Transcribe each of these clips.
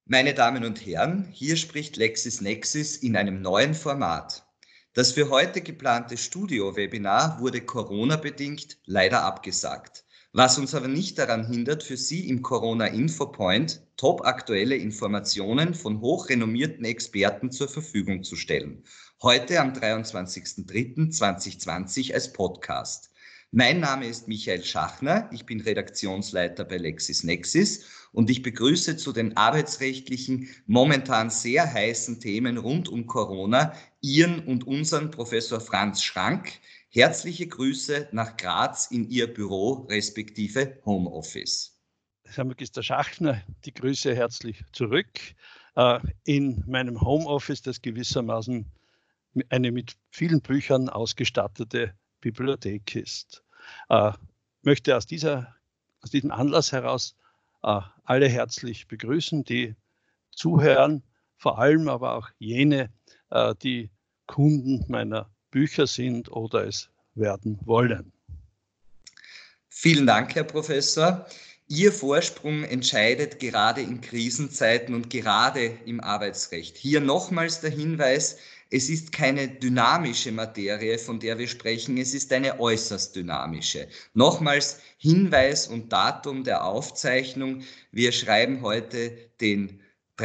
Meine Damen und Herren, hier spricht LexisNexis in einem neuen Format. Das für heute geplante Studio-Webinar wurde Corona-bedingt leider abgesagt, was uns aber nicht daran hindert, für Sie im Corona-Info-Point top-aktuelle Informationen von hochrenommierten Experten zur Verfügung zu stellen. Heute am 23.03.2020 als Podcast. Mein Name ist Michael Schachner, ich bin Redaktionsleiter bei LexisNexis und ich begrüße zu den arbeitsrechtlichen, momentan sehr heißen Themen rund um Corona Ihren und unseren Professor Franz Schrank. Herzliche Grüße nach Graz in Ihr Büro respektive Homeoffice. Herr Magister Schachner, die Grüße herzlich zurück in meinem Homeoffice, das gewissermaßen eine mit vielen Büchern ausgestattete Bibliothek ist. Möchte aus diesem Anlass heraus alle herzlich begrüßen, die zuhören, vor allem aber auch jene, die Kunden meiner Bücher sind oder es werden wollen. Vielen Dank, Herr Professor. Ihr Vorsprung entscheidet gerade in Krisenzeiten und gerade im Arbeitsrecht. Hier nochmals der Hinweis, es ist keine dynamische Materie, von der wir sprechen, es ist eine äußerst dynamische. Nochmals Hinweis und Datum der Aufzeichnung. Wir schreiben heute den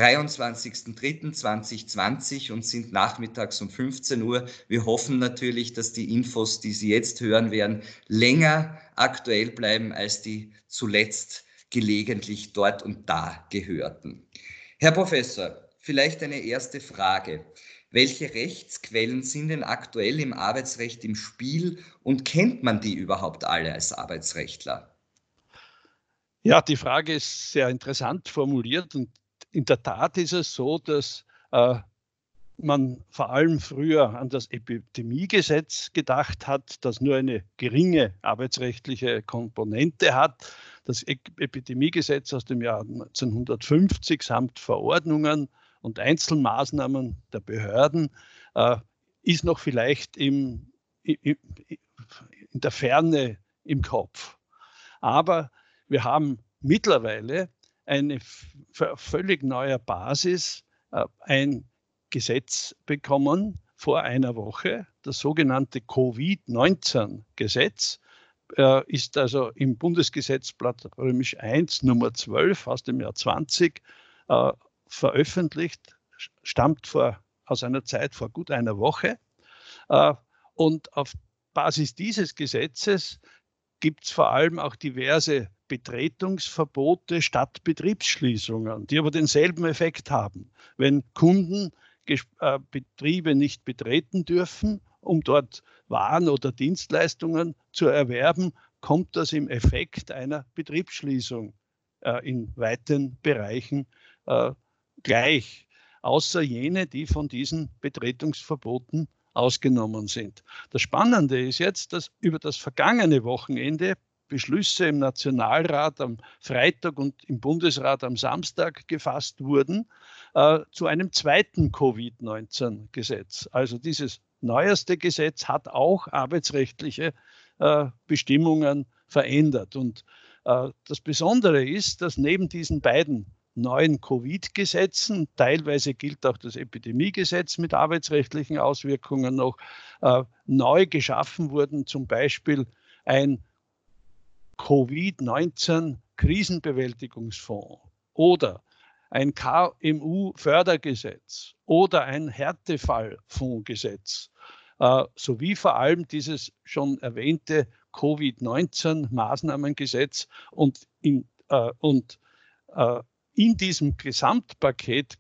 23.03.2020 und sind nachmittags um 15 Uhr. Wir hoffen natürlich, dass die Infos, die Sie jetzt hören werden, länger aktuell bleiben, als die zuletzt gelegentlich dort und da gehörten. Herr Professor, vielleicht eine erste Frage. Welche Rechtsquellen sind denn aktuell im Arbeitsrecht im Spiel und kennt man die überhaupt alle als Arbeitsrechtler? Ja, die Frage ist sehr interessant formuliert und in der Tat ist es so, dass man vor allem früher an das Epidemiegesetz gedacht hat, das nur eine geringe arbeitsrechtliche Komponente hat. Das Epidemiegesetz aus dem Jahr 1950 samt Verordnungen und Einzelmaßnahmen der Behörden ist noch vielleicht in der Ferne im Kopf. Aber wir haben mittlerweile eine völlig neue Basis, ein Gesetz bekommen vor einer Woche. Das sogenannte Covid-19-Gesetz ist also im Bundesgesetzblatt Römisch I Nummer 12 aus dem Jahr 20 veröffentlicht, stammt aus einer Zeit vor gut einer Woche. Und auf Basis dieses Gesetzes gibt es vor allem auch diverse Betretungsverbote statt Betriebsschließungen, die aber denselben Effekt haben. Wenn Kunden Betriebe nicht betreten dürfen, um dort Waren oder Dienstleistungen zu erwerben, kommt das im Effekt einer Betriebsschließung in weiten Bereichen gleich, außer jene, die von diesen Betretungsverboten ausgenommen sind. Das Spannende ist jetzt, dass über das vergangene Wochenende Beschlüsse im Nationalrat am Freitag und im Bundesrat am Samstag gefasst wurden zu einem zweiten Covid-19-Gesetz. Also dieses neueste Gesetz hat auch arbeitsrechtliche Bestimmungen verändert. Und das Besondere ist, dass neben diesen beiden neuen Covid-Gesetzen, teilweise gilt auch das Epidemiegesetz mit arbeitsrechtlichen Auswirkungen noch, neu geschaffen wurden, zum Beispiel ein Covid-19-Krisenbewältigungsfonds oder ein KMU-Fördergesetz oder ein Härtefallfondsgesetz sowie vor allem dieses schon erwähnte Covid-19-Maßnahmengesetz und in diesem Gesamtpaket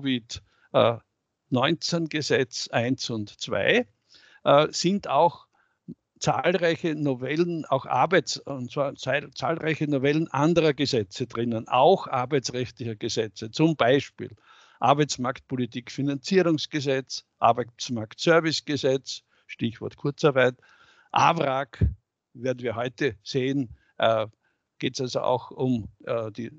Covid-19-Gesetz 1 und 2 sind auch zahlreiche Novellen, zahlreiche Novellen anderer Gesetze drinnen, auch arbeitsrechtlicher Gesetze, zum Beispiel Arbeitsmarktpolitik-Finanzierungsgesetz, Arbeitsmarktservicegesetz, Stichwort Kurzarbeit, AWRAG, werden wir heute sehen, geht es also auch um die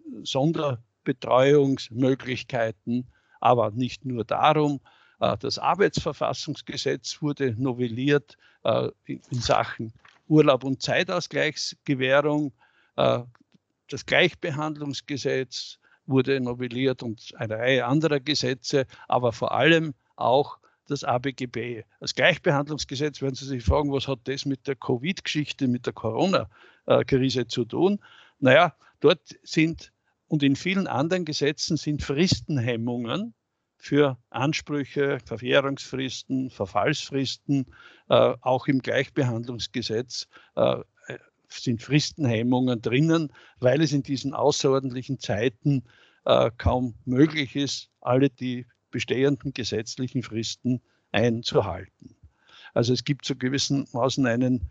Sonderbetreuungsmöglichkeiten, aber nicht nur darum. Das Arbeitsverfassungsgesetz wurde novelliert in Sachen Urlaub- und Zeitausgleichsgewährung, das Gleichbehandlungsgesetz, wurde novelliert und eine Reihe anderer Gesetze, aber vor allem auch das ABGB. Das Gleichbehandlungsgesetz, werden Sie sich fragen, was hat das mit der Covid-Geschichte, mit der Corona-Krise zu tun? Naja, dort sind und in vielen anderen Gesetzen sind Fristenhemmungen für Ansprüche, Verjährungsfristen, Verfallsfristen, auch im Gleichbehandlungsgesetz sind Fristenhemmungen drinnen, weil es in diesen außerordentlichen Zeiten kaum möglich ist, alle die bestehenden gesetzlichen Fristen einzuhalten. Also es gibt zu gewissermaßen einen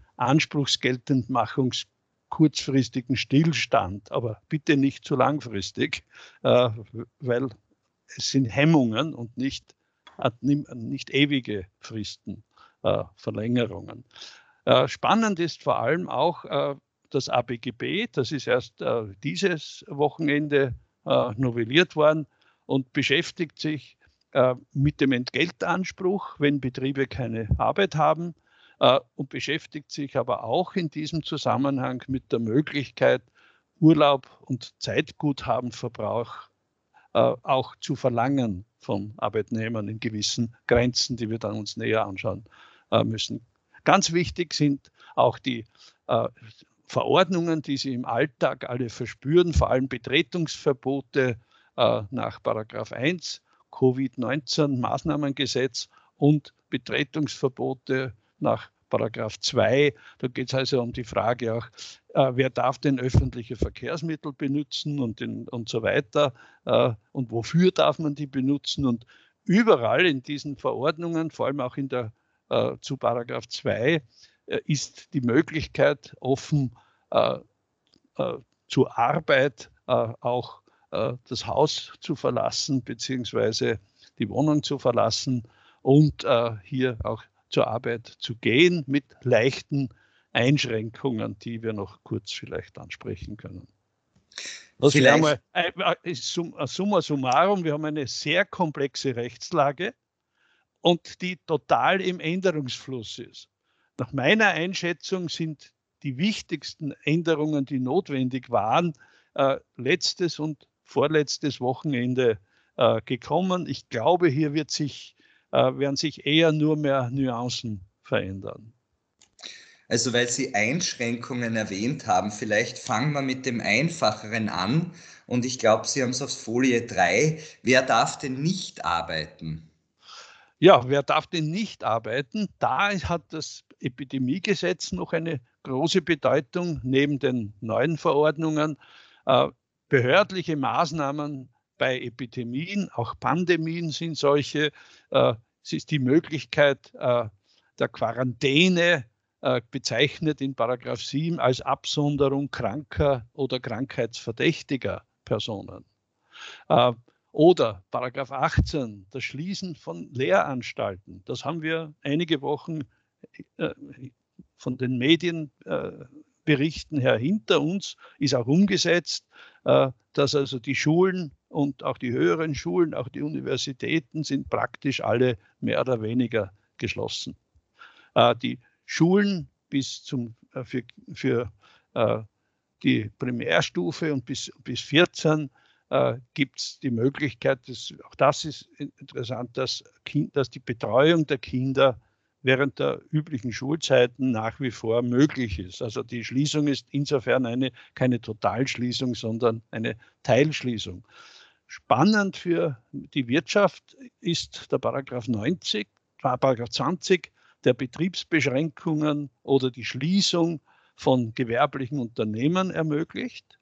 Anspruchsgeltendmachungs-kurzfristigen Stillstand, aber bitte nicht zu langfristig, weil es sind Hemmungen und nicht ewige Fristen, Verlängerungen. Spannend ist vor allem auch das ABGB, das ist erst dieses Wochenende novelliert worden und beschäftigt sich mit dem Entgeltanspruch, wenn Betriebe keine Arbeit haben, und beschäftigt sich aber auch in diesem Zusammenhang mit der Möglichkeit, Urlaub und Zeitguthabenverbrauch auch zu verlangen von Arbeitnehmern in gewissen Grenzen, die wir dann uns näher anschauen müssen. Ganz wichtig sind auch die Verordnungen, die Sie im Alltag alle verspüren, vor allem Betretungsverbote nach § 1 Covid-19-Maßnahmengesetz und Betretungsverbote nach § 2. Da geht es also um die Frage auch, wer darf denn öffentliche Verkehrsmittel benutzen und so weiter und wofür darf man die benutzen. Und überall in diesen Verordnungen, vor allem auch zu § 2, ist die Möglichkeit offen, zur Arbeit auch das Haus zu verlassen beziehungsweise die Wohnung zu verlassen und hier auch zur Arbeit zu gehen mit leichten Einschränkungen, die wir noch kurz vielleicht ansprechen können. Das wäre mal summa summarum. Wir haben eine sehr komplexe Rechtslage und die total im Änderungsfluss ist. Nach meiner Einschätzung sind die wichtigsten Änderungen, die notwendig waren, letztes und vorletztes Wochenende gekommen. Ich glaube, hier werden sich eher nur mehr Nuancen verändern. Also weil Sie Einschränkungen erwähnt haben, vielleicht fangen wir mit dem Einfacheren an. Und ich glaube, Sie haben es auf Folie 3. Wer darf denn nicht arbeiten? Ja, wer darf denn nicht arbeiten? Da hat das Epidemiegesetz noch eine große Bedeutung, neben den neuen Verordnungen. Behördliche Maßnahmen bei Epidemien, auch Pandemien sind solche. Es ist die Möglichkeit der Quarantäne, bezeichnet in § 7 als Absonderung kranker oder krankheitsverdächtiger Personen. Oder § 18, das Schließen von Lehranstalten. Das haben wir einige Wochen von den Medienberichten her hinter uns, ist auch umgesetzt, dass also die Schulen und auch die höheren Schulen, auch die Universitäten sind praktisch alle mehr oder weniger geschlossen. Die Schulen für die Primärstufe und bis 14 gibt es die Möglichkeit, auch das ist interessant, dass die Betreuung der Kinder während der üblichen Schulzeiten nach wie vor möglich ist. Also die Schließung ist insofern keine Totalschließung, sondern eine Teilschließung. Spannend für die Wirtschaft ist der § 20 der Betriebsbeschränkungen oder die Schließung von gewerblichen Unternehmen ermöglicht.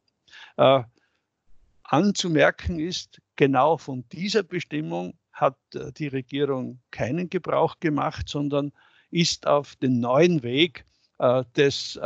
Anzumerken ist, genau von dieser Bestimmung hat die Regierung keinen Gebrauch gemacht, sondern ist auf den neuen Weg des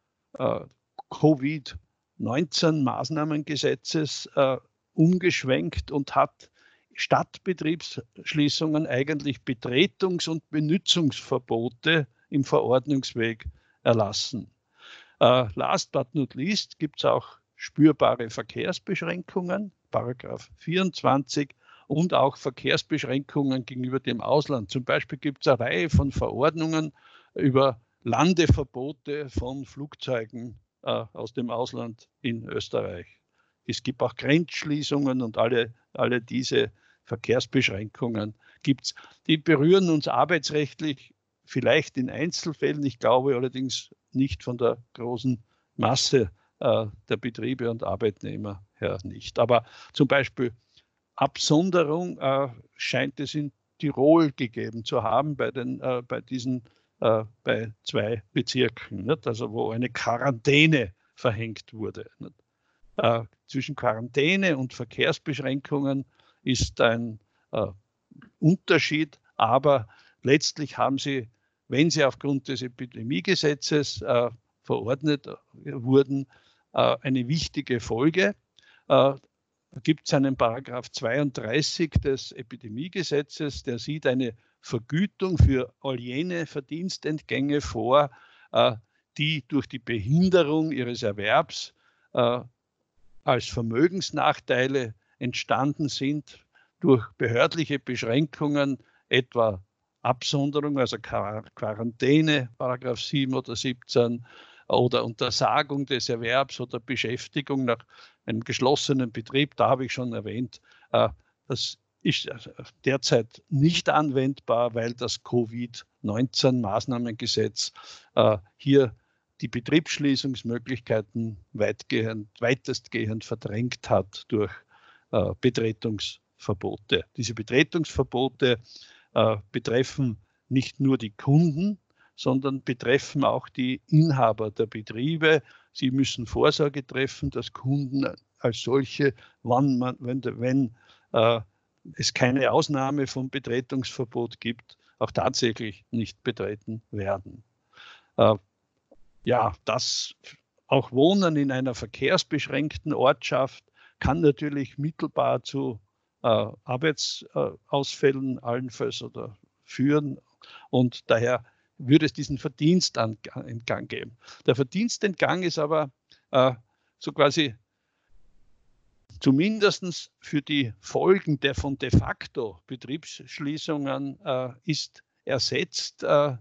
Covid-19-Maßnahmengesetzes umgeschwenkt und hat statt Betriebsschließungen eigentlich Betretungs- und Benutzungsverbote im Verordnungsweg erlassen. Last but not least gibt es auch spürbare Verkehrsbeschränkungen, § 24, und auch Verkehrsbeschränkungen gegenüber dem Ausland. Zum Beispiel gibt es eine Reihe von Verordnungen über Landeverbote von Flugzeugen aus dem Ausland in Österreich. es gibt auch Grenzschließungen und alle diese Verkehrsbeschränkungen gibt es. Die berühren uns arbeitsrechtlich vielleicht in Einzelfällen, ich glaube allerdings nicht von der großen Masse der Betriebe und Arbeitnehmer her nicht. Aber zum Beispiel Absonderung scheint es in Tirol gegeben zu haben bei bei 2 Bezirken, nicht? Also wo eine Quarantäne verhängt wurde. Zwischen Quarantäne und Verkehrsbeschränkungen ist ein Unterschied, aber letztlich haben sie, wenn sie aufgrund des Epidemiegesetzes verordnet wurden, eine wichtige Folge. Da gibt es einen Paragraph 32 des Epidemiegesetzes, der sieht eine Vergütung für all jene Verdienstentgänge vor, die durch die Behinderung ihres Erwerbs als Vermögensnachteile entstanden sind durch behördliche Beschränkungen, etwa Absonderung, also Quarantäne, Paragraph 7 oder 17, oder Untersagung des Erwerbs oder Beschäftigung nach einem geschlossenen Betrieb. Da habe ich schon erwähnt, das ist derzeit nicht anwendbar, weil das Covid-19-Maßnahmengesetz hier die Betriebsschließungsmöglichkeiten weitestgehend verdrängt hat durch Betretungsverbote. Diese Betretungsverbote betreffen nicht nur die Kunden, sondern betreffen auch die Inhaber der Betriebe. Sie müssen Vorsorge treffen, dass Kunden als solche, wenn es keine Ausnahme vom Betretungsverbot gibt, auch tatsächlich nicht betreten werden. Ja, das auch Wohnen in einer verkehrsbeschränkten Ortschaft kann natürlich mittelbar zu Arbeitsausfällen allenfalls oder führen, und daher würde es diesen Verdienstentgang geben. Der Verdienstentgang ist aber so quasi zumindest für die Folgen der von de facto Betriebsschließungen ist ersetzt. Da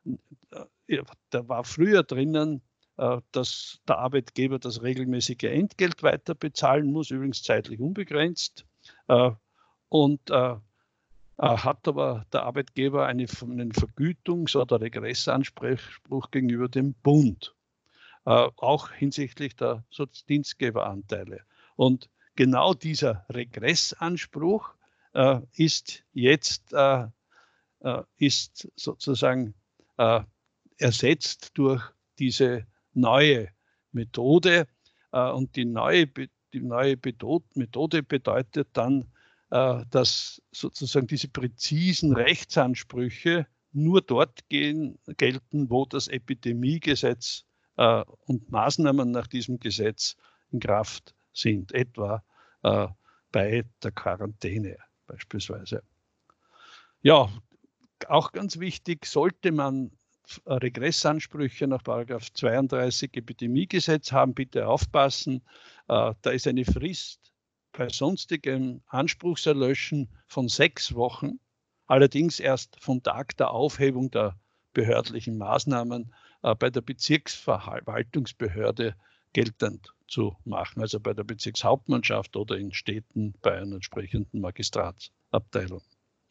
war früher drinnen, dass der Arbeitgeber das regelmäßige Entgelt weiter bezahlen muss, übrigens zeitlich unbegrenzt. Und hat aber der Arbeitgeber einen Vergütungs- oder Regressanspruch gegenüber dem Bund, auch hinsichtlich der Dienstgeberanteile. Und genau dieser Regressanspruch ist jetzt ist sozusagen ersetzt durch diese neue Methode. Und die neue Methode bedeutet dann, dass sozusagen diese präzisen Rechtsansprüche nur dort gelten, wo das Epidemiegesetz und Maßnahmen nach diesem Gesetz in Kraft sind, etwa bei der Quarantäne beispielsweise. Ja, auch ganz wichtig, sollte man Regressansprüche nach § 32 Epidemiegesetz haben, bitte aufpassen. Da ist eine Frist bei sonstigem Anspruchserlöschen von 6 Wochen, allerdings erst vom Tag der Aufhebung der behördlichen Maßnahmen bei der Bezirksverwaltungsbehörde geltend zu machen, also bei der Bezirkshauptmannschaft oder in Städten bei einer entsprechenden Magistratsabteilung.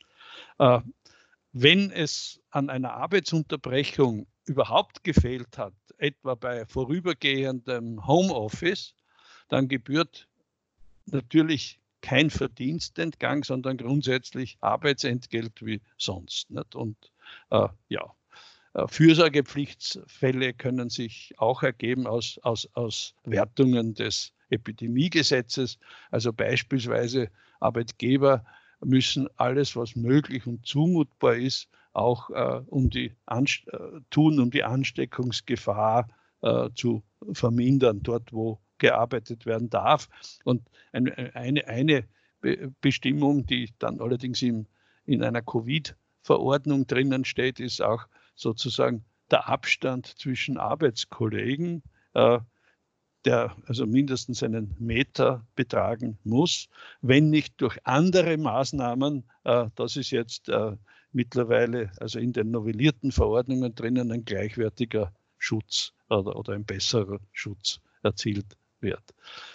Wenn es an einer Arbeitsunterbrechung überhaupt gefehlt hat, etwa bei vorübergehendem Homeoffice, dann gebührt natürlich kein Verdienstentgang, sondern grundsätzlich Arbeitsentgelt wie sonst. Nicht? Und ja, Fürsorgepflichtfälle können sich auch ergeben aus Wertungen des Epidemiegesetzes. Also beispielsweise Arbeitgeber müssen alles, was möglich und zumutbar ist, auch um die Ansteckungsgefahr zu vermindern, dort wo gearbeitet werden darf. Und eine Bestimmung, die dann allerdings in einer Covid-Verordnung drinnen steht, ist auch sozusagen der Abstand zwischen Arbeitskollegen, der also mindestens einen Meter betragen muss, wenn nicht durch andere Maßnahmen, das ist jetzt mittlerweile also in den novellierten Verordnungen drinnen, ein gleichwertiger Schutz oder ein besserer Schutz erzielt wird.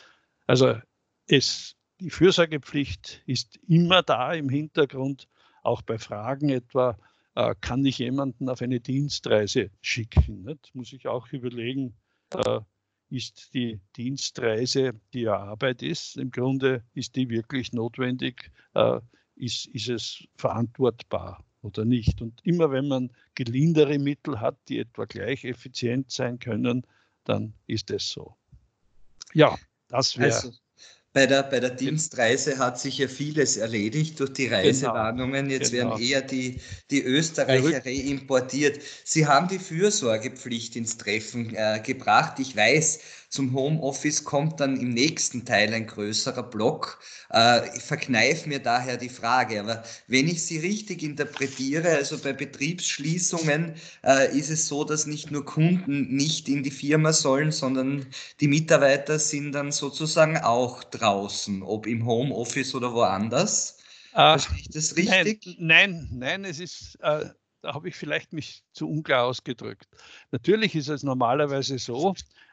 Also die Fürsorgepflicht ist immer da im Hintergrund, auch bei Fragen etwa, kann ich jemanden auf eine Dienstreise schicken? Nicht? Muss ich auch überlegen, ist die Dienstreise, die ja Arbeit ist, im Grunde ist die wirklich notwendig, ist es verantwortbar oder nicht? Und immer wenn man gelindere Mittel hat, die etwa gleich effizient sein können, dann ist es so. Ja, das wäre. Also bei der Dienstreise hat sich ja vieles erledigt durch die Reisewarnungen. Jetzt werden eher die Österreicher reimportiert. Sie haben die Fürsorgepflicht ins Treffen gebracht. Ich weiß, zum Homeoffice kommt dann im nächsten Teil ein größerer Block. Ich verkneife mir daher die Frage. Aber wenn ich sie richtig interpretiere, also bei Betriebsschließungen ist es so, dass nicht nur Kunden nicht in die Firma sollen, sondern die Mitarbeiter sind dann sozusagen auch draußen, ob im Homeoffice oder woanders. Verstehe ich das richtig? Nein, es ist, da habe ich vielleicht mich zu unklar ausgedrückt. Natürlich ist es normalerweise so,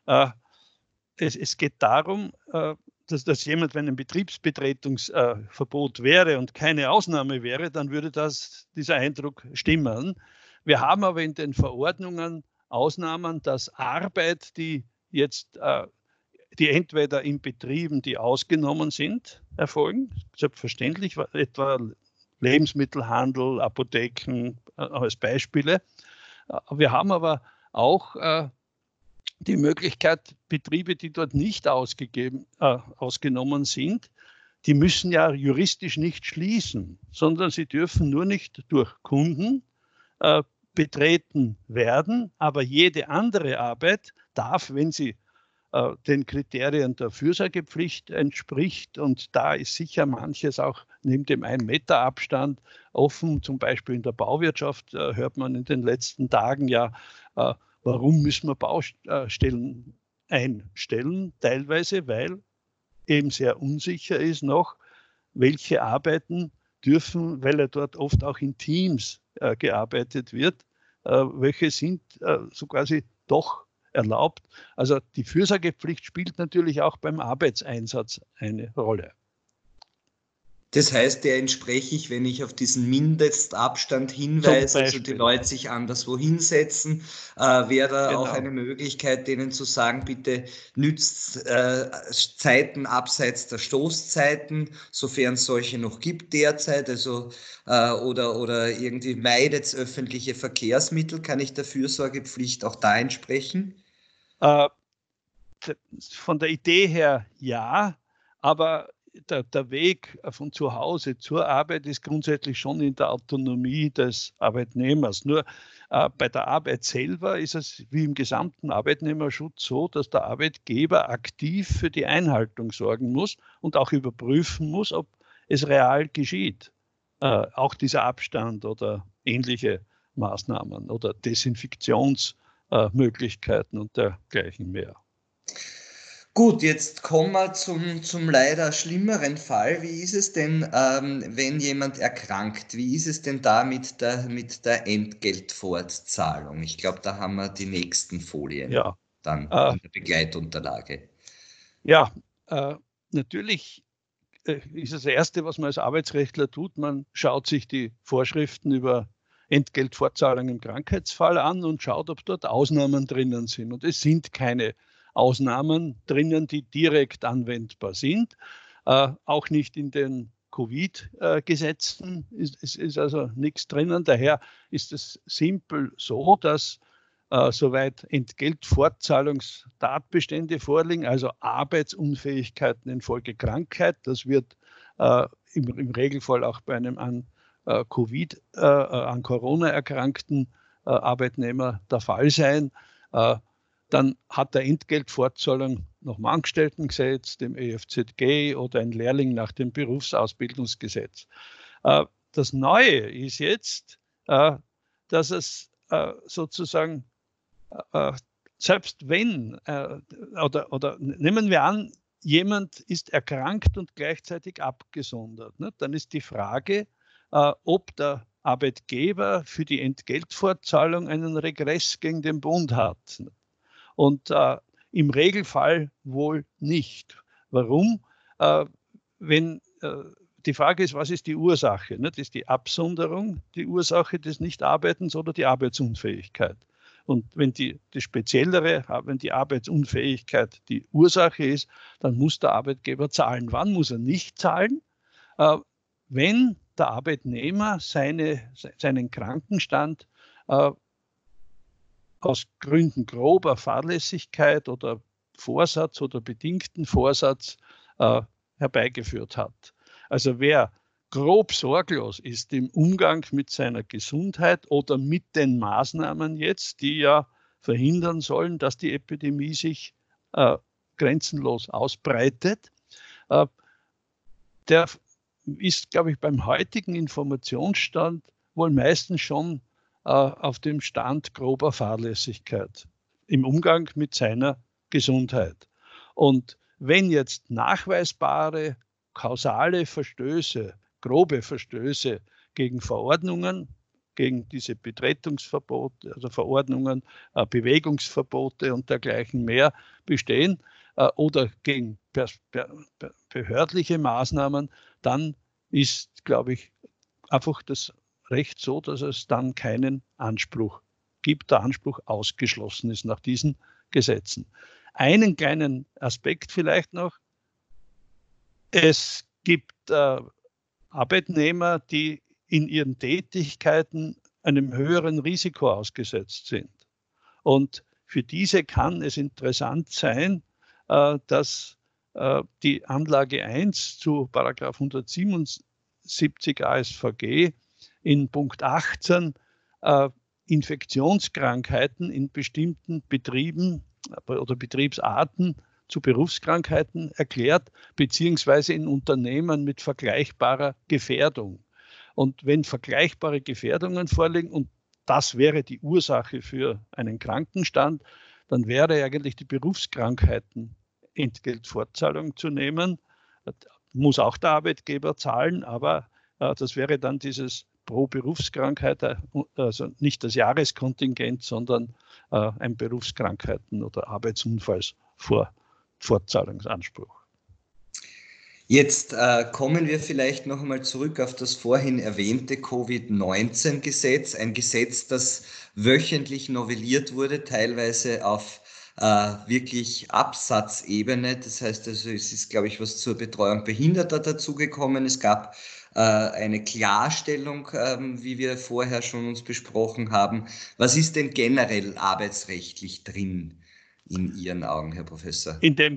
es geht darum, dass jemand, wenn ein Betriebsbetretungsverbot wäre und keine Ausnahme wäre, dann würde dieser Eindruck stimmen. Wir haben aber in den Verordnungen Ausnahmen, dass Arbeit, die entweder in Betrieben, die ausgenommen sind, erfolgen, selbstverständlich, etwa Lebensmittelhandel, Apotheken als Beispiele. Wir haben aber auch die Möglichkeit, Betriebe, die dort nicht ausgenommen sind, die müssen ja juristisch nicht schließen, sondern sie dürfen nur nicht durch Kunden betreten werden. Aber jede andere Arbeit darf, wenn sie den Kriterien der Fürsorgepflicht entspricht, und da ist sicher manches auch neben dem 1-Meter-Abstand offen, zum Beispiel in der Bauwirtschaft hört man in den letzten Tagen ja, warum müssen wir Baustellen einstellen? Teilweise, weil eben sehr unsicher ist noch, welche Arbeiten dürfen, weil ja dort oft auch in Teams gearbeitet wird, welche sind so quasi doch erlaubt. Also die Fürsorgepflicht spielt natürlich auch beim Arbeitseinsatz eine Rolle. Das heißt, der entspreche ich, wenn ich auf diesen Mindestabstand hinweise, also die Leute sich anderswo hinsetzen, wäre da auch eine Möglichkeit, denen zu sagen, bitte nützt Zeiten abseits der Stoßzeiten, sofern es solche noch gibt derzeit, also oder irgendwie meidet öffentliche Verkehrsmittel. Kann ich der Fürsorgepflicht auch da entsprechen? Von der Idee her ja, aber der Weg von zu Hause zur Arbeit ist grundsätzlich schon in der Autonomie des Arbeitnehmers. Nur bei der Arbeit selber ist es wie im gesamten Arbeitnehmerschutz so, dass der Arbeitgeber aktiv für die Einhaltung sorgen muss und auch überprüfen muss, ob es real geschieht. Auch dieser Abstand oder ähnliche Maßnahmen oder Desinfektionsmöglichkeiten und dergleichen mehr. Gut, jetzt kommen wir zum leider schlimmeren Fall. Wie ist es denn, wenn jemand erkrankt? Wie ist es denn da mit der Entgeltfortzahlung? Ich glaube, da haben wir die nächsten Folien dann in der Begleitunterlage. Ja, natürlich ist das Erste, was man als Arbeitsrechtler tut, man schaut sich die Vorschriften über Entgeltfortzahlung im Krankheitsfall an und schaut, ob dort Ausnahmen drinnen sind. Und es sind keine Ausnahmen drinnen, die direkt anwendbar sind. Auch nicht in den Covid-Gesetzen ist also nichts drinnen. Daher ist es simpel so, dass soweit Entgeltfortzahlungstatbestände vorliegen, also Arbeitsunfähigkeiten infolge Krankheit, das wird im Regelfall auch bei einem an Corona erkrankten Arbeitnehmer der Fall sein. Dann hat der Entgeltfortzahlung nach dem Angestelltengesetz, dem EFZG oder ein Lehrling nach dem Berufsausbildungsgesetz. Das Neue ist jetzt, dass es sozusagen, selbst wenn, oder nehmen wir an, jemand ist erkrankt und gleichzeitig abgesondert, ne? Dann ist die Frage, ob der Arbeitgeber für die Entgeltfortzahlung einen Regress gegen den Bund hat. Und im Regelfall wohl nicht, Warum? Wenn die Frage ist, was ist die Ursache? Ne? Das ist die Absonderung, die Ursache des Nichtarbeitens oder die Arbeitsunfähigkeit. Und wenn das Speziellere, wenn die Arbeitsunfähigkeit die Ursache ist, dann muss der Arbeitgeber zahlen. Wann muss er nicht zahlen? Wenn der Arbeitnehmer seinen Krankenstand aus Gründen grober Fahrlässigkeit oder Vorsatz oder bedingten Vorsatz herbeigeführt hat. Also wer grob sorglos ist im Umgang mit seiner Gesundheit oder mit den Maßnahmen jetzt, die ja verhindern sollen, dass die Epidemie sich grenzenlos ausbreitet, der ist, glaube ich, beim heutigen Informationsstand wohl meistens schon auf dem Stand grober Fahrlässigkeit im Umgang mit seiner Gesundheit. Und wenn jetzt nachweisbare kausale Verstöße, grobe Verstöße gegen Verordnungen, gegen diese Betretungsverbote, also Verordnungen, Bewegungsverbote und dergleichen mehr bestehen oder gegen behördliche Maßnahmen, dann ist, glaube ich, einfach das Recht so, dass es dann keinen Anspruch gibt. Der Anspruch ausgeschlossen ist nach diesen Gesetzen. Einen kleinen Aspekt vielleicht noch. Es gibt Arbeitnehmer, die in ihren Tätigkeiten einem höheren Risiko ausgesetzt sind. Und für diese kann es interessant sein, dass die Anlage 1 zu § 177 ASVG in Punkt 18 Infektionskrankheiten in bestimmten Betrieben oder Betriebsarten zu Berufskrankheiten erklärt, beziehungsweise in Unternehmen mit vergleichbarer Gefährdung. Und wenn vergleichbare Gefährdungen vorliegen, und das wäre die Ursache für einen Krankenstand, dann wäre eigentlich die Berufskrankheitenentgeltfortzahlung zu nehmen. Muss auch der Arbeitgeber zahlen, aber das wäre dann dieses pro Berufskrankheit, also nicht das Jahreskontingent, sondern ein Berufskrankheiten- oder Arbeitsunfallsfortzahlungsanspruch. Jetzt kommen wir vielleicht noch einmal zurück auf das vorhin erwähnte Covid-19-Gesetz, ein Gesetz, das wöchentlich novelliert wurde, teilweise auf wirklich Absatzebene. Das heißt also, es ist, glaube ich, was zur Betreuung Behinderter dazugekommen. Es gab eine Klarstellung, wie wir vorher schon uns besprochen haben. Was ist denn generell arbeitsrechtlich drin in Ihren Augen, Herr Professor? In dem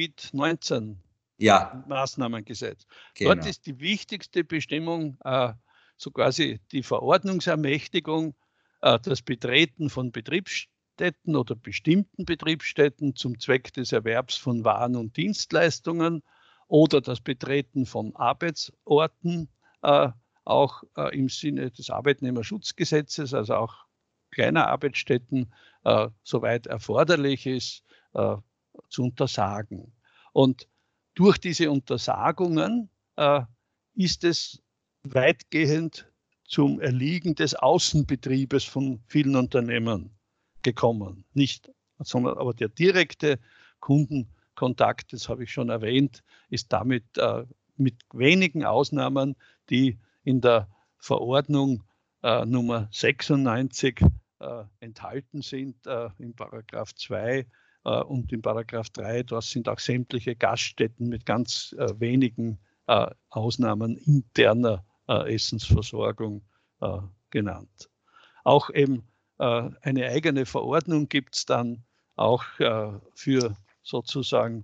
Covid-19-Maßnahmengesetz. Genau. Dort ist die wichtigste Bestimmung so quasi die Verordnungsermächtigung, das Betreten von Betriebsstätten oder bestimmten Betriebsstätten zum Zweck des Erwerbs von Waren und Dienstleistungen oder das Betreten von Arbeitsorten, auch im Sinne des Arbeitnehmerschutzgesetzes, also auch kleiner Arbeitsstätten, soweit erforderlich ist, zu untersagen. Und durch diese Untersagungen ist es weitgehend zum Erliegen des Außenbetriebes von vielen Unternehmen gekommen. Nicht, sondern aber der direkte Kundenkontakt, das habe ich schon erwähnt, ist damit mit wenigen Ausnahmen, die in der Verordnung Nummer 96 enthalten sind, in Paragraph 2 und in Paragraph 3. Dort sind auch sämtliche Gaststätten mit ganz wenigen Ausnahmen interner Essensversorgung genannt. Auch eben eine eigene Verordnung gibt es dann auch für sozusagen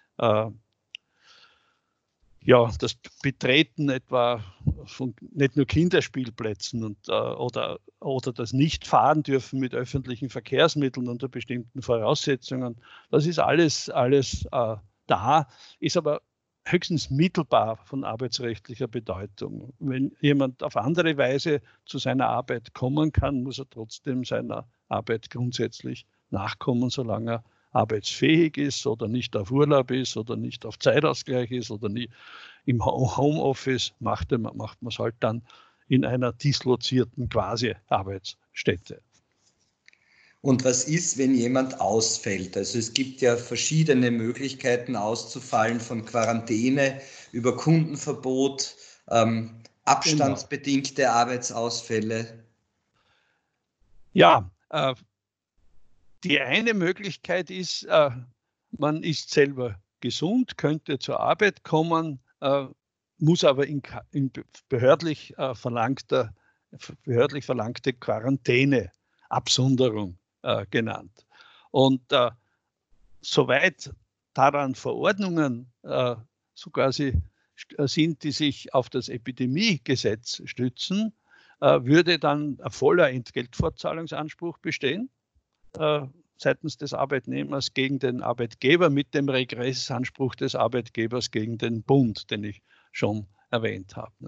das Betreten etwa von nicht nur Kinderspielplätzen und, oder das Nicht-Fahren dürfen mit öffentlichen Verkehrsmitteln unter bestimmten Voraussetzungen. Das ist alles da, ist aber höchstens mittelbar von arbeitsrechtlicher Bedeutung. Wenn jemand auf andere Weise zu seiner Arbeit kommen kann, muss er trotzdem seiner Arbeit grundsätzlich nachkommen, solange er arbeitsfähig ist oder nicht auf Urlaub ist oder nicht auf Zeitausgleich ist oder nie im Homeoffice, macht man es halt dann in einer dislozierten Quasi-Arbeitsstätte. Und was ist, wenn jemand ausfällt? Also es gibt ja verschiedene Möglichkeiten auszufallen, von Quarantäne über Kundenverbot, Genau. abstandsbedingte Arbeitsausfälle. Ja, die eine Möglichkeit ist, man ist selber gesund, könnte zur Arbeit kommen, muss aber in behördlich verlangte Quarantäne, Absonderung genannt. Und soweit daran Verordnungen so quasi sind, die sich auf das Epidemiegesetz stützen, würde dann ein voller Entgeltfortzahlungsanspruch bestehen seitens des Arbeitnehmers gegen den Arbeitgeber mit dem Regressanspruch des Arbeitgebers gegen den Bund, den ich schon erwähnt habe.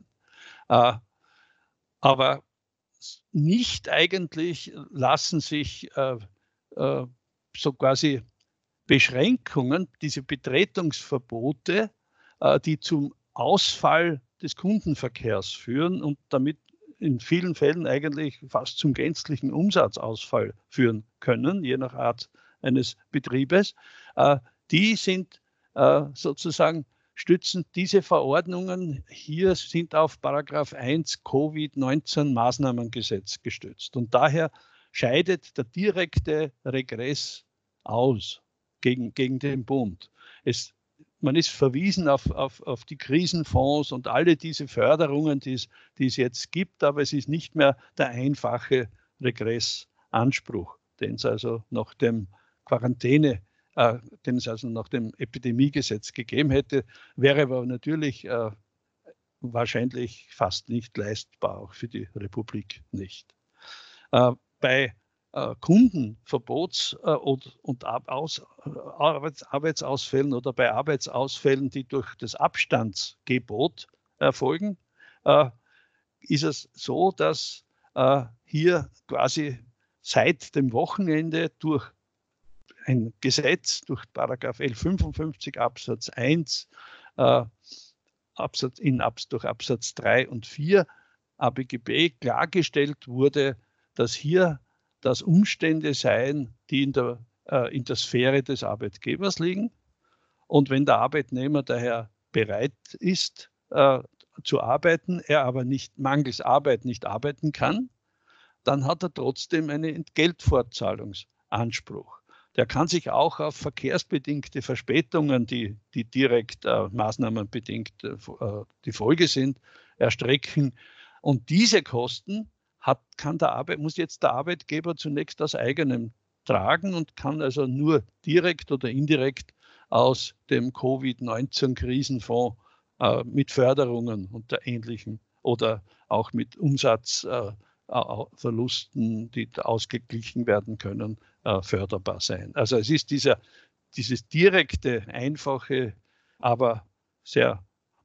Aber nicht eigentlich lassen sich so quasi Beschränkungen, diese Betretungsverbote, die zum Ausfall des Kundenverkehrs führen und damit in vielen Fällen eigentlich fast zum gänzlichen Umsatzausfall führen können, je nach Art eines Betriebes, die sind sozusagen, stützen diese Verordnungen hier, sind auf Paragraph 1 Covid-19 Maßnahmengesetz gestützt. Und daher scheidet der direkte Regress aus gegen den Bund. Man ist verwiesen auf die Krisenfonds und alle diese Förderungen, die es jetzt gibt, aber es ist nicht mehr der einfache Regressanspruch, den es also nach dem den es also nach dem Epidemiegesetz gegeben hätte, wäre aber natürlich wahrscheinlich fast nicht leistbar, auch für die Republik nicht. Bei Kundenverbots- und Arbeitsausfällen oder bei Arbeitsausfällen, die durch das Abstandsgebot erfolgen, ist es so, dass hier quasi seit dem Wochenende durch ein Gesetz, durch Paragraph 1155 Absatz 1, durch Absatz 3 und 4 ABGB klargestellt wurde, dass hier das Umstände seien, die in der Sphäre des Arbeitgebers liegen. Und wenn der Arbeitnehmer daher bereit ist, zu arbeiten, er aber mangels Arbeit nicht arbeiten kann, dann hat er trotzdem einen Entgeltfortzahlungsanspruch. Der kann sich auch auf verkehrsbedingte Verspätungen, die direkt maßnahmenbedingt die Folge sind, erstrecken. Und diese Kosten muss jetzt der Arbeitgeber zunächst aus eigenem tragen und kann also nur direkt oder indirekt aus dem Covid-19-Krisenfonds mit Förderungen und Ähnlichem oder auch mit Umsatzverlusten, die ausgeglichen werden können, förderbar sein. Also es ist dieses direkte, einfache, aber sehr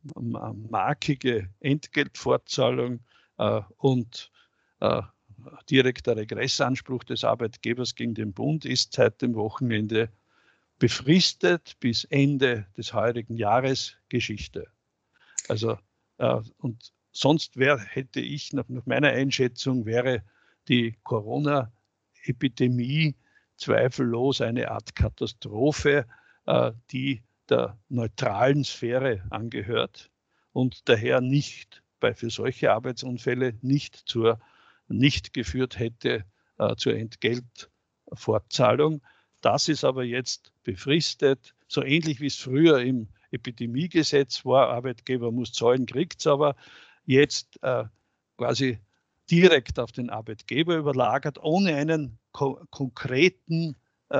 markige Entgeltfortzahlung und direkter Regressanspruch des Arbeitgebers gegen den Bund ist seit dem Wochenende befristet bis Ende des heurigen Jahres Geschichte. Also und sonst hätte ich nach meiner Einschätzung wäre die Corona-Epidemie zweifellos eine Art Katastrophe, die der neutralen Sphäre angehört und daher für solche Arbeitsunfälle nicht geführt hätte zur Entgeltfortzahlung. Das ist aber jetzt befristet, so ähnlich wie es früher im Epidemiegesetz war. Arbeitgeber muss zahlen, kriegt es aber jetzt quasi direkt auf den Arbeitgeber überlagert, ohne einen konkreten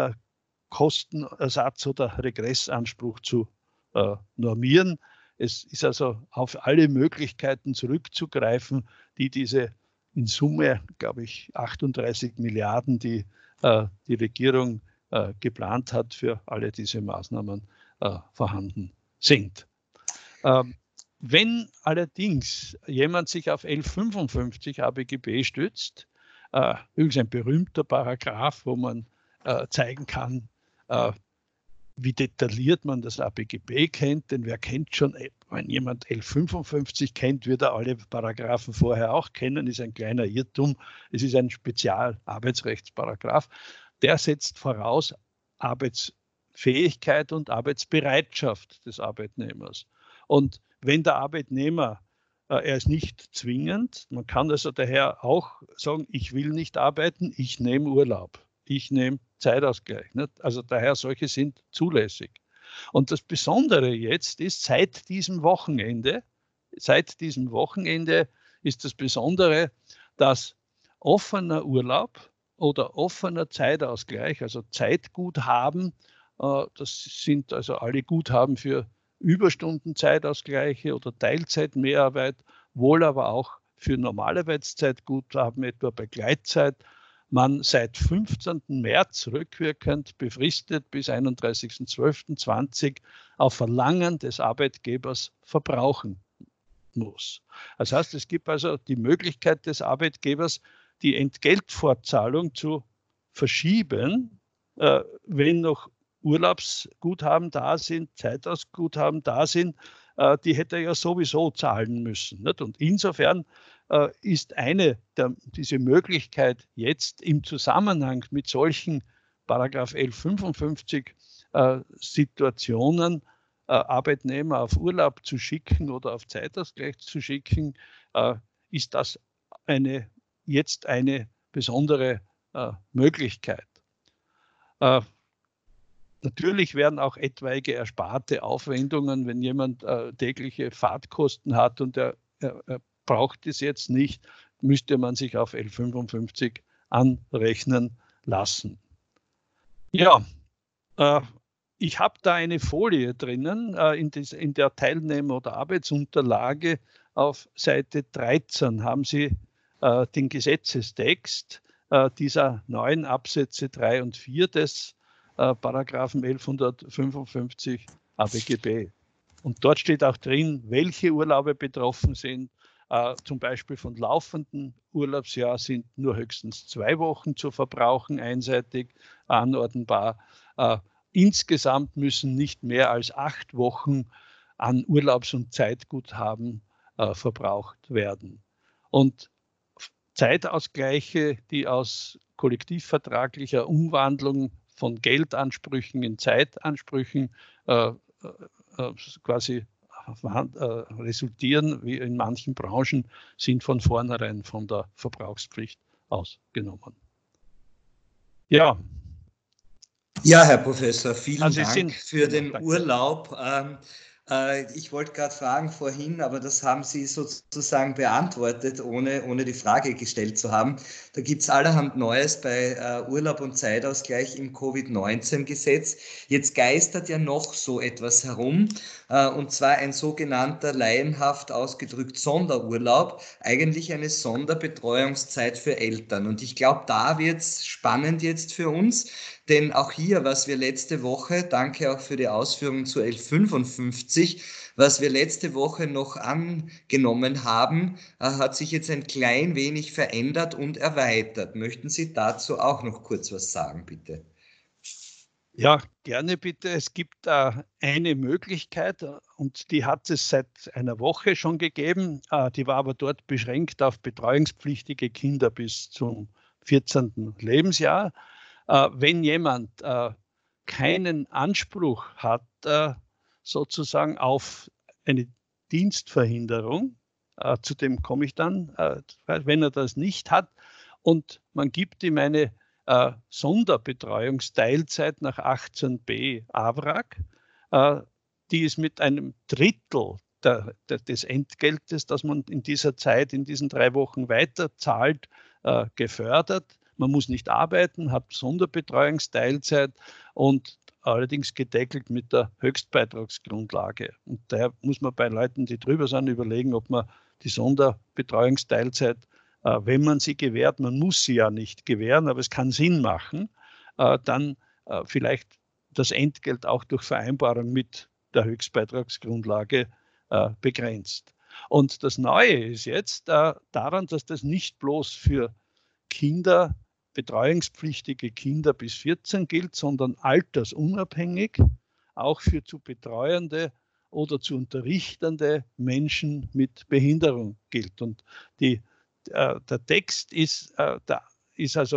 Kostenersatz oder Regressanspruch zu normieren. Es ist also auf alle Möglichkeiten zurückzugreifen, die diese in Summe, glaube ich, 38 Milliarden, die die Regierung geplant hat, für alle diese Maßnahmen vorhanden sind. Wenn allerdings jemand sich auf 1155 ABGB stützt, übrigens ein berühmter Paragraph, wo man zeigen kann, wie detailliert man das ABGB kennt, denn wer kennt schon, wenn jemand 1155 kennt, wird er alle Paragraphen vorher auch kennen, ist ein kleiner Irrtum. Es ist ein Spezialarbeitsrechtsparagraph. der setzt voraus Arbeitsfähigkeit und Arbeitsbereitschaft des Arbeitnehmers. Und wenn der Arbeitnehmer, er ist nicht zwingend, man kann also daher auch sagen, ich will nicht arbeiten, ich nehme Urlaub, ich nehme Zeitausgleich. Nicht? Also daher solche sind zulässig. Und das Besondere jetzt ist, seit diesem Wochenende ist das Besondere, dass offener Urlaub oder offener Zeitausgleich, also Zeitguthaben, das sind also alle Guthaben für Überstundenzeitausgleiche oder Teilzeitmehrarbeit, wohl aber auch für Normalarbeitszeitguthaben, etwa bei Gleitzeit, man seit 15. März rückwirkend befristet bis 31.12.20 auf Verlangen des Arbeitgebers verbrauchen muss. Das heißt, es gibt also die Möglichkeit des Arbeitgebers, die Entgeltfortzahlung zu verschieben, wenn noch Urlaubsguthaben da sind, Zeitausguthaben da sind, die hätte er ja sowieso zahlen müssen. Nicht? Und insofern ist diese Möglichkeit jetzt im Zusammenhang mit solchen Paragraph 1155 Situationen, Arbeitnehmer auf Urlaub zu schicken oder auf Zeitausgleich zu schicken, ist das jetzt eine besondere Möglichkeit. Natürlich werden auch etwaige ersparte Aufwendungen, wenn jemand tägliche Fahrtkosten hat und er braucht es jetzt nicht, müsste man sich auf 1155 anrechnen lassen. Ja, ich habe da eine Folie drinnen in der Teilnehmer- oder Arbeitsunterlage. Auf Seite 13 haben Sie den Gesetzestext dieser neuen Absätze 3 und 4 des Paragraphen 1155 ABGB. Und dort steht auch drin, welche Urlaube betroffen sind. Zum Beispiel von laufendem Urlaubsjahr sind nur höchstens 2 Wochen zu verbrauchen, einseitig anordnbar. Insgesamt müssen nicht mehr als 8 Wochen an Urlaubs- und Zeitguthaben verbraucht werden. Und Zeitausgleiche, die aus kollektivvertraglicher Umwandlung von Geldansprüchen in Zeitansprüchen quasi resultieren, wie in manchen Branchen, sind von vornherein von der Verbrauchspflicht ausgenommen. Ja. Ja, Herr Professor, vielen Also Dank für den danke. Urlaub. Ich wollte gerade fragen vorhin, aber das haben Sie sozusagen beantwortet, ohne die Frage gestellt zu haben. Da gibt es allerhand Neues bei Urlaub und Zeitausgleich im Covid-19-Gesetz. Jetzt geistert ja noch so etwas herum, und zwar ein sogenannter laienhaft ausgedrückt Sonderurlaub, eigentlich eine Sonderbetreuungszeit für Eltern. Und ich glaube, da wird es spannend jetzt für uns. Denn auch hier, was wir letzte Woche, danke auch für die Ausführungen zu 1155, was wir letzte Woche noch angenommen haben, hat sich jetzt ein klein wenig verändert und erweitert. Möchten Sie dazu auch noch kurz was sagen, bitte? Ja, gerne bitte. Es gibt eine Möglichkeit und die hat es seit einer Woche schon gegeben. Die war aber dort beschränkt auf betreuungspflichtige Kinder bis zum 14. Lebensjahr. Wenn jemand keinen Anspruch hat, sozusagen auf eine Dienstverhinderung, zu dem komme ich dann, wenn er das nicht hat und man gibt ihm eine Sonderbetreuungsteilzeit nach 18b AWRAG, die ist mit einem Drittel des Entgeltes, das man in dieser Zeit, in diesen 3 Wochen weiterzahlt, gefördert. Man muss nicht arbeiten, hat Sonderbetreuungsteilzeit und allerdings gedeckelt mit der Höchstbeitragsgrundlage. Und daher muss man bei Leuten, die drüber sind, überlegen, ob man die Sonderbetreuungsteilzeit, wenn man sie gewährt, man muss sie ja nicht gewähren, aber es kann Sinn machen, dann vielleicht das Entgelt auch durch Vereinbarung mit der Höchstbeitragsgrundlage begrenzt. Und das Neue ist jetzt daran, dass das nicht bloß für Kinder, betreuungspflichtige Kinder bis 14 gilt, sondern altersunabhängig auch für zu betreuende oder zu unterrichtende Menschen mit Behinderung gilt. Und der Text ist also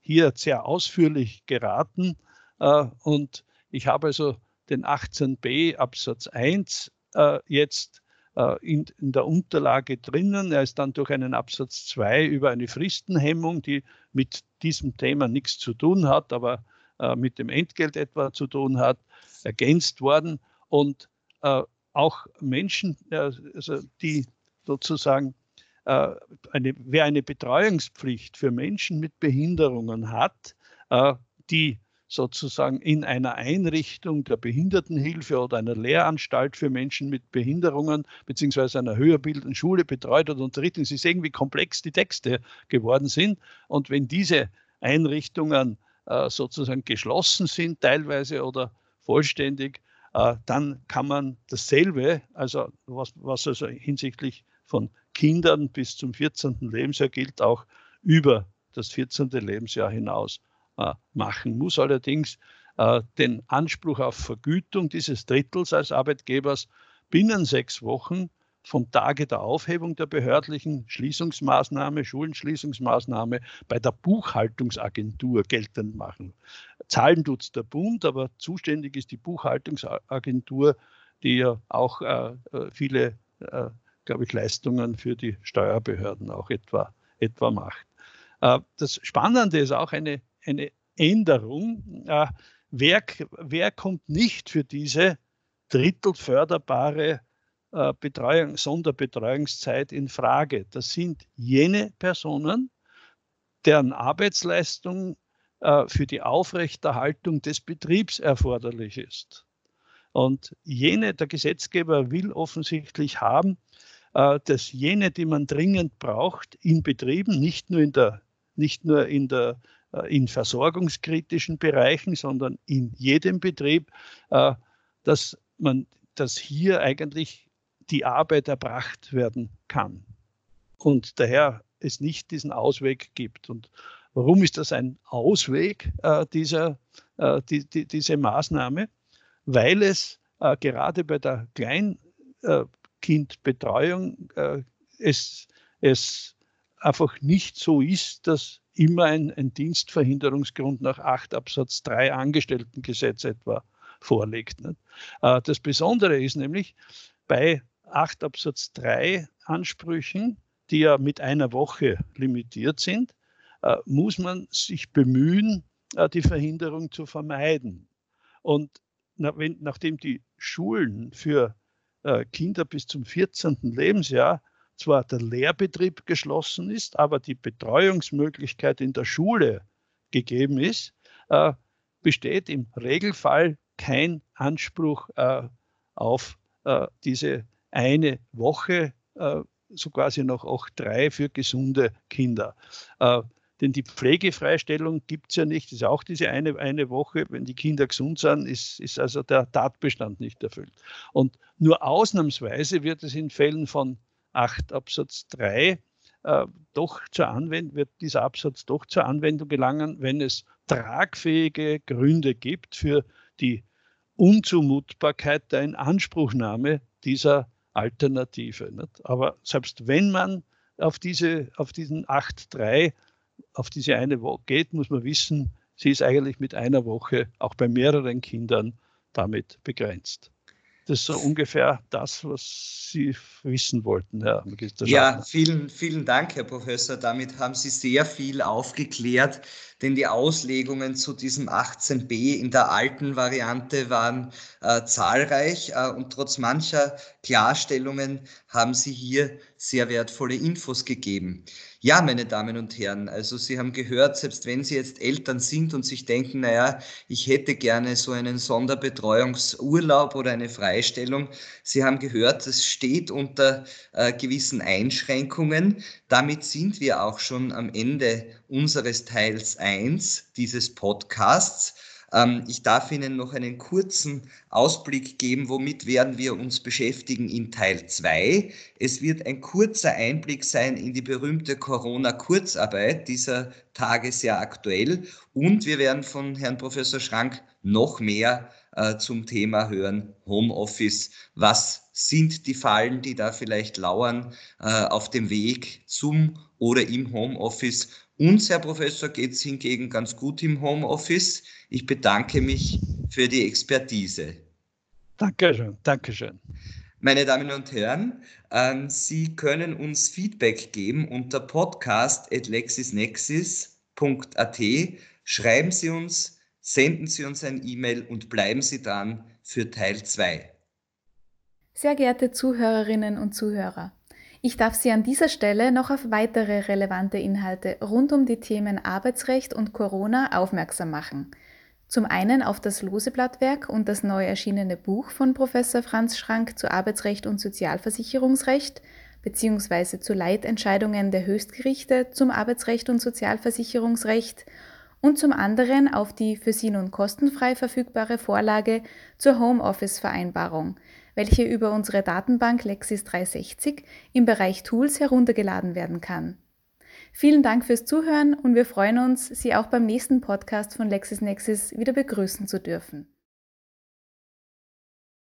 hier sehr ausführlich geraten und ich habe also den 18b Absatz 1 jetzt in der Unterlage drinnen. Er ist dann durch einen Absatz 2 über eine Fristenhemmung, die mit diesem Thema nichts zu tun hat, aber mit dem Entgelt etwa zu tun hat, ergänzt worden. Und auch Menschen, also die sozusagen, wer eine Betreuungspflicht für Menschen mit Behinderungen hat, die sozusagen in einer Einrichtung der Behindertenhilfe oder einer Lehranstalt für Menschen mit Behinderungen beziehungsweise einer höherbildenden Schule betreut oder unterrichtet. Sie sehen, wie komplex die Texte geworden sind. Und wenn diese Einrichtungen sozusagen geschlossen sind, teilweise oder vollständig, dann kann man dasselbe, also was also hinsichtlich von Kindern bis zum 14. Lebensjahr gilt, auch über das 14. Lebensjahr hinaus machen, muss allerdings den Anspruch auf Vergütung dieses Drittels als Arbeitgebers binnen 6 Wochen vom Tage der Aufhebung der behördlichen Schließungsmaßnahme, Schulenschließungsmaßnahme bei der Buchhaltungsagentur geltend machen. Zahlen tut es der Bund, aber zuständig ist die Buchhaltungsagentur, die ja auch viele, glaube ich, Leistungen für die Steuerbehörden auch etwa macht. Das Spannende ist auch eine Änderung. Wer kommt nicht für diese drittelförderbare Sonderbetreuungszeit in Frage? Das sind jene Personen, deren Arbeitsleistung für die Aufrechterhaltung des Betriebs erforderlich ist. Und der Gesetzgeber will offensichtlich haben, dass jene, die man dringend braucht, in Betrieben, nicht nur in versorgungskritischen Bereichen, sondern in jedem Betrieb, dass hier eigentlich die Arbeit erbracht werden kann und daher es nicht diesen Ausweg gibt. Und warum ist das ein Ausweg, diese Maßnahme? Weil es gerade bei der Kleinkindbetreuung es einfach nicht so ist, dass immer ein Dienstverhinderungsgrund nach 8 Absatz 3 Angestelltengesetz etwa vorliegt. Das Besondere ist nämlich, bei 8 Absatz 3 Ansprüchen, die ja mit einer Woche limitiert sind, muss man sich bemühen, die Verhinderung zu vermeiden. Und nachdem die Schulen für Kinder bis zum 14. Lebensjahr zwar der Lehrbetrieb geschlossen ist, aber die Betreuungsmöglichkeit in der Schule gegeben ist, besteht im Regelfall kein Anspruch auf diese eine Woche, so quasi noch 8-3 für gesunde Kinder. Denn die Pflegefreistellung gibt es ja nicht, das ist auch diese eine Woche, wenn die Kinder gesund sind, ist also der Tatbestand nicht erfüllt. Und nur ausnahmsweise wird es in Fällen von 8 Absatz 3 wird dieser Absatz doch zur Anwendung gelangen, wenn es tragfähige Gründe gibt für die Unzumutbarkeit der Inanspruchnahme dieser Alternative. Nicht? Aber selbst wenn man auf diesen 8.3 auf diese eine Woche geht, muss man wissen, sie ist eigentlich mit einer Woche auch bei mehreren Kindern damit begrenzt. Das ist so ungefähr das, was Sie wissen wollten, Herr Magister Schaffner. Ja, vielen Dank, Herr Professor. Damit haben Sie sehr viel aufgeklärt, denn die Auslegungen zu diesem 18b in der alten Variante waren zahlreich und trotz mancher Klarstellungen haben Sie hier sehr wertvolle Infos gegeben. Ja, meine Damen und Herren, also Sie haben gehört, selbst wenn Sie jetzt Eltern sind und sich denken, naja, ich hätte gerne so einen Sonderbetreuungsurlaub oder eine Freistellung, Sie haben gehört, es steht unter gewissen Einschränkungen. Damit sind wir auch schon am Ende unseres Teils 1 dieses Podcasts. Ich darf Ihnen noch einen kurzen Ausblick geben, womit werden wir uns beschäftigen in Teil 2. Es wird ein kurzer Einblick sein in die berühmte Corona-Kurzarbeit, dieser Tage sehr aktuell. Und wir werden von Herrn Professor Schrank noch mehr zum Thema hören, Homeoffice. Was sind die Fallen, die da vielleicht lauern auf dem Weg zum oder im Homeoffice Uns, Herr Professor, geht es hingegen ganz gut im Homeoffice. Ich bedanke mich für die Expertise. Dankeschön, Dankeschön. Meine Damen und Herren, Sie können uns Feedback geben unter podcast@lexisnexis.at. Schreiben Sie uns, senden Sie uns ein E-Mail und bleiben Sie dran für Teil 2. Sehr geehrte Zuhörerinnen und Zuhörer, ich darf Sie an dieser Stelle noch auf weitere relevante Inhalte rund um die Themen Arbeitsrecht und Corona aufmerksam machen. Zum einen auf das Loseblattwerk und das neu erschienene Buch von Professor Franz Schrank zu Arbeitsrecht und Sozialversicherungsrecht bzw. zu Leitentscheidungen der Höchstgerichte zum Arbeitsrecht und Sozialversicherungsrecht und zum anderen auf die für Sie nun kostenfrei verfügbare Vorlage zur Homeoffice-Vereinbarung, welche über unsere Datenbank Lexis 360 im Bereich Tools heruntergeladen werden kann. Vielen Dank fürs Zuhören und wir freuen uns, Sie auch beim nächsten Podcast von LexisNexis wieder begrüßen zu dürfen.